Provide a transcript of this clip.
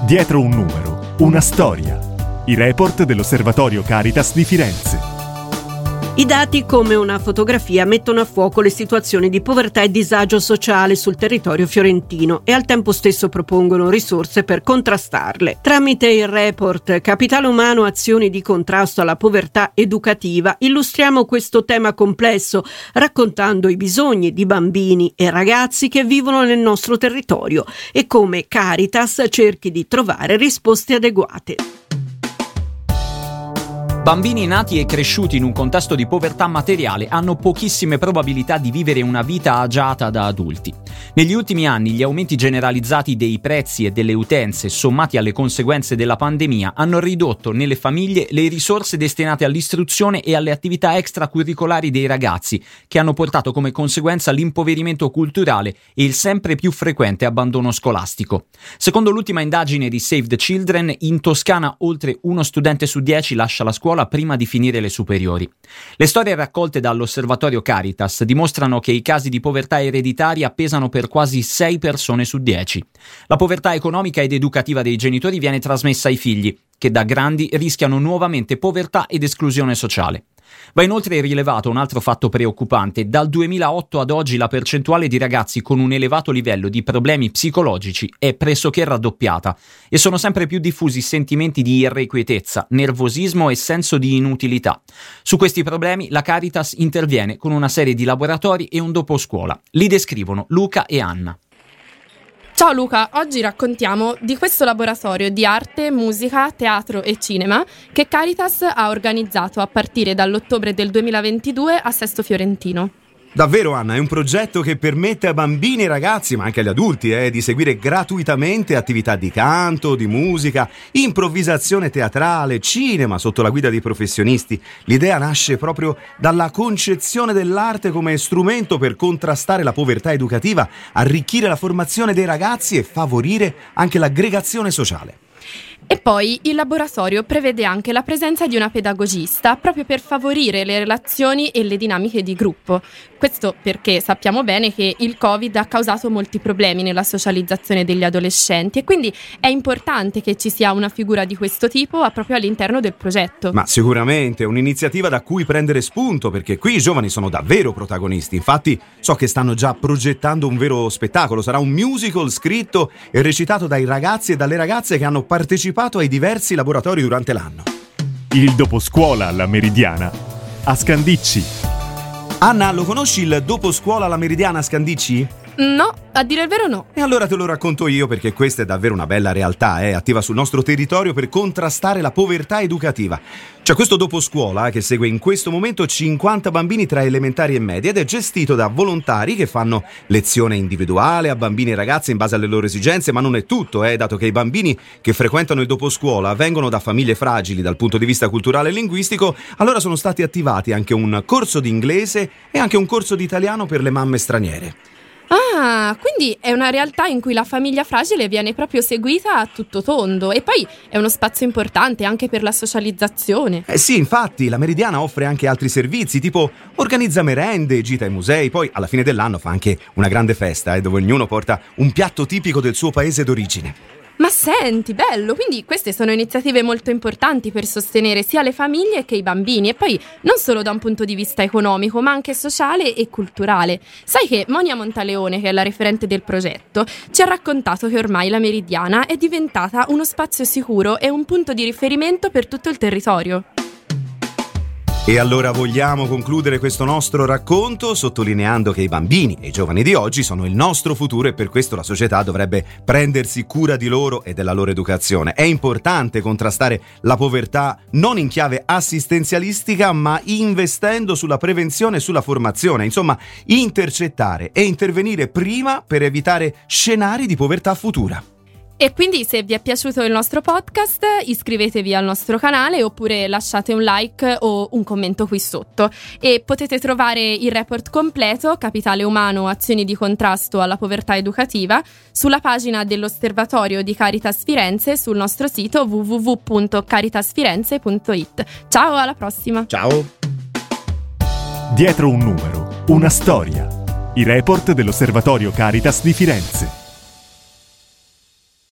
Dietro un numero, una storia. I report dell'Osservatorio Caritas di Firenze. I dati come una fotografia mettono a fuoco le situazioni di povertà e disagio sociale sul territorio fiorentino e al tempo stesso propongono risorse per contrastarle. Tramite il report Capitale Umano, azioni di contrasto alla povertà educativa, illustriamo questo tema complesso, raccontando i bisogni di bambini e ragazzi che vivono nel nostro territorio e come Caritas cerchi di trovare risposte adeguate. Bambini nati e cresciuti in un contesto di povertà materiale hanno pochissime probabilità di vivere una vita agiata da adulti. Negli ultimi anni gli aumenti generalizzati dei prezzi e delle utenze, sommati alle conseguenze della pandemia, hanno ridotto nelle famiglie le risorse destinate all'istruzione e alle attività extracurricolari dei ragazzi, che hanno portato come conseguenza l'impoverimento culturale e il sempre più frequente abbandono scolastico. Secondo l'ultima indagine di Save the Children, in Toscana oltre uno studente su 10 lascia la scuola prima di finire le superiori. Le storie raccolte dall'Osservatorio Caritas dimostrano che i casi di povertà ereditaria pesano per quasi 6 persone su 10. La povertà economica ed educativa dei genitori viene trasmessa ai figli, che da grandi rischiano nuovamente povertà ed esclusione sociale. Va inoltre rilevato un altro fatto preoccupante: dal 2008 ad oggi la percentuale di ragazzi con un elevato livello di problemi psicologici è pressoché raddoppiata e sono sempre più diffusi sentimenti di irrequietezza, nervosismo e senso di inutilità. Su questi problemi la Caritas interviene con una serie di laboratori e un doposcuola. Li descrivono Luca e Anna. Ciao Luca, oggi raccontiamo di questo laboratorio di arte, musica, teatro e cinema che Caritas ha organizzato a partire dall'ottobre del 2022 a Sesto Fiorentino. Davvero Anna, è un progetto che permette a bambini e ragazzi, ma anche agli adulti, di seguire gratuitamente attività di canto, di musica, improvvisazione teatrale, cinema sotto la guida di professionisti. L'idea nasce proprio dalla concezione dell'arte come strumento per contrastare la povertà educativa, arricchire la formazione dei ragazzi e favorire anche l'aggregazione sociale. E poi il laboratorio prevede anche la presenza di una pedagogista proprio per favorire le relazioni e le dinamiche di gruppo. Questo perché sappiamo bene che il Covid ha causato molti problemi nella socializzazione degli adolescenti e quindi è importante che ci sia una figura di questo tipo proprio all'interno del progetto. Ma sicuramente è un'iniziativa da cui prendere spunto, perché qui i giovani sono davvero protagonisti. Infatti so che stanno già progettando un vero spettacolo. Sarà un musical scritto e recitato dai ragazzi e dalle ragazze che hanno partecipato ai diversi laboratori durante l'anno. Il doposcuola alla Meridiana a Scandicci. Anna, lo conosci il doposcuola alla Meridiana a Scandicci? No, a dire il vero no. E allora te lo racconto io, perché questa è davvero una bella realtà, attiva sul nostro territorio per contrastare la povertà educativa. C'è questo doposcuola che segue in questo momento 50 bambini tra elementari e medie ed è gestito da volontari che fanno lezione individuale a bambini e ragazze in base alle loro esigenze, ma non è tutto, dato che i bambini che frequentano il doposcuola vengono da famiglie fragili dal punto di vista culturale e linguistico. Allora sono stati attivati anche un corso di inglese e anche un corso di italiano per le mamme straniere. Ah, quindi è una realtà in cui la famiglia fragile viene proprio seguita a tutto tondo e poi è uno spazio importante anche per la socializzazione. Sì, infatti la Meridiana offre anche altri servizi, tipo organizza merende, gite ai musei, poi alla fine dell'anno fa anche una grande festa dove ognuno porta un piatto tipico del suo paese d'origine. Ma senti, bello, quindi queste sono iniziative molto importanti per sostenere sia le famiglie che i bambini e poi non solo da un punto di vista economico ma anche sociale e culturale. Sai che Monia Montaleone, che è la referente del progetto, ci ha raccontato che ormai la Meridiana è diventata uno spazio sicuro e un punto di riferimento per tutto il territorio. E allora vogliamo concludere questo nostro racconto sottolineando che i bambini e i giovani di oggi sono il nostro futuro e per questo la società dovrebbe prendersi cura di loro e della loro educazione. È importante contrastare la povertà non in chiave assistenzialistica ma investendo sulla prevenzione e sulla formazione, insomma intercettare e intervenire prima per evitare scenari di povertà futura. E quindi se vi è piaciuto il nostro podcast iscrivetevi al nostro canale oppure lasciate un like o un commento qui sotto e potete trovare il report completo Capitale Umano, azioni di contrasto alla povertà educativa sulla pagina dell'Osservatorio di Caritas Firenze sul nostro sito www.caritasfirenze.it. Ciao, alla prossima! Ciao! Dietro un numero, una storia. I report dell'Osservatorio Caritas di Firenze.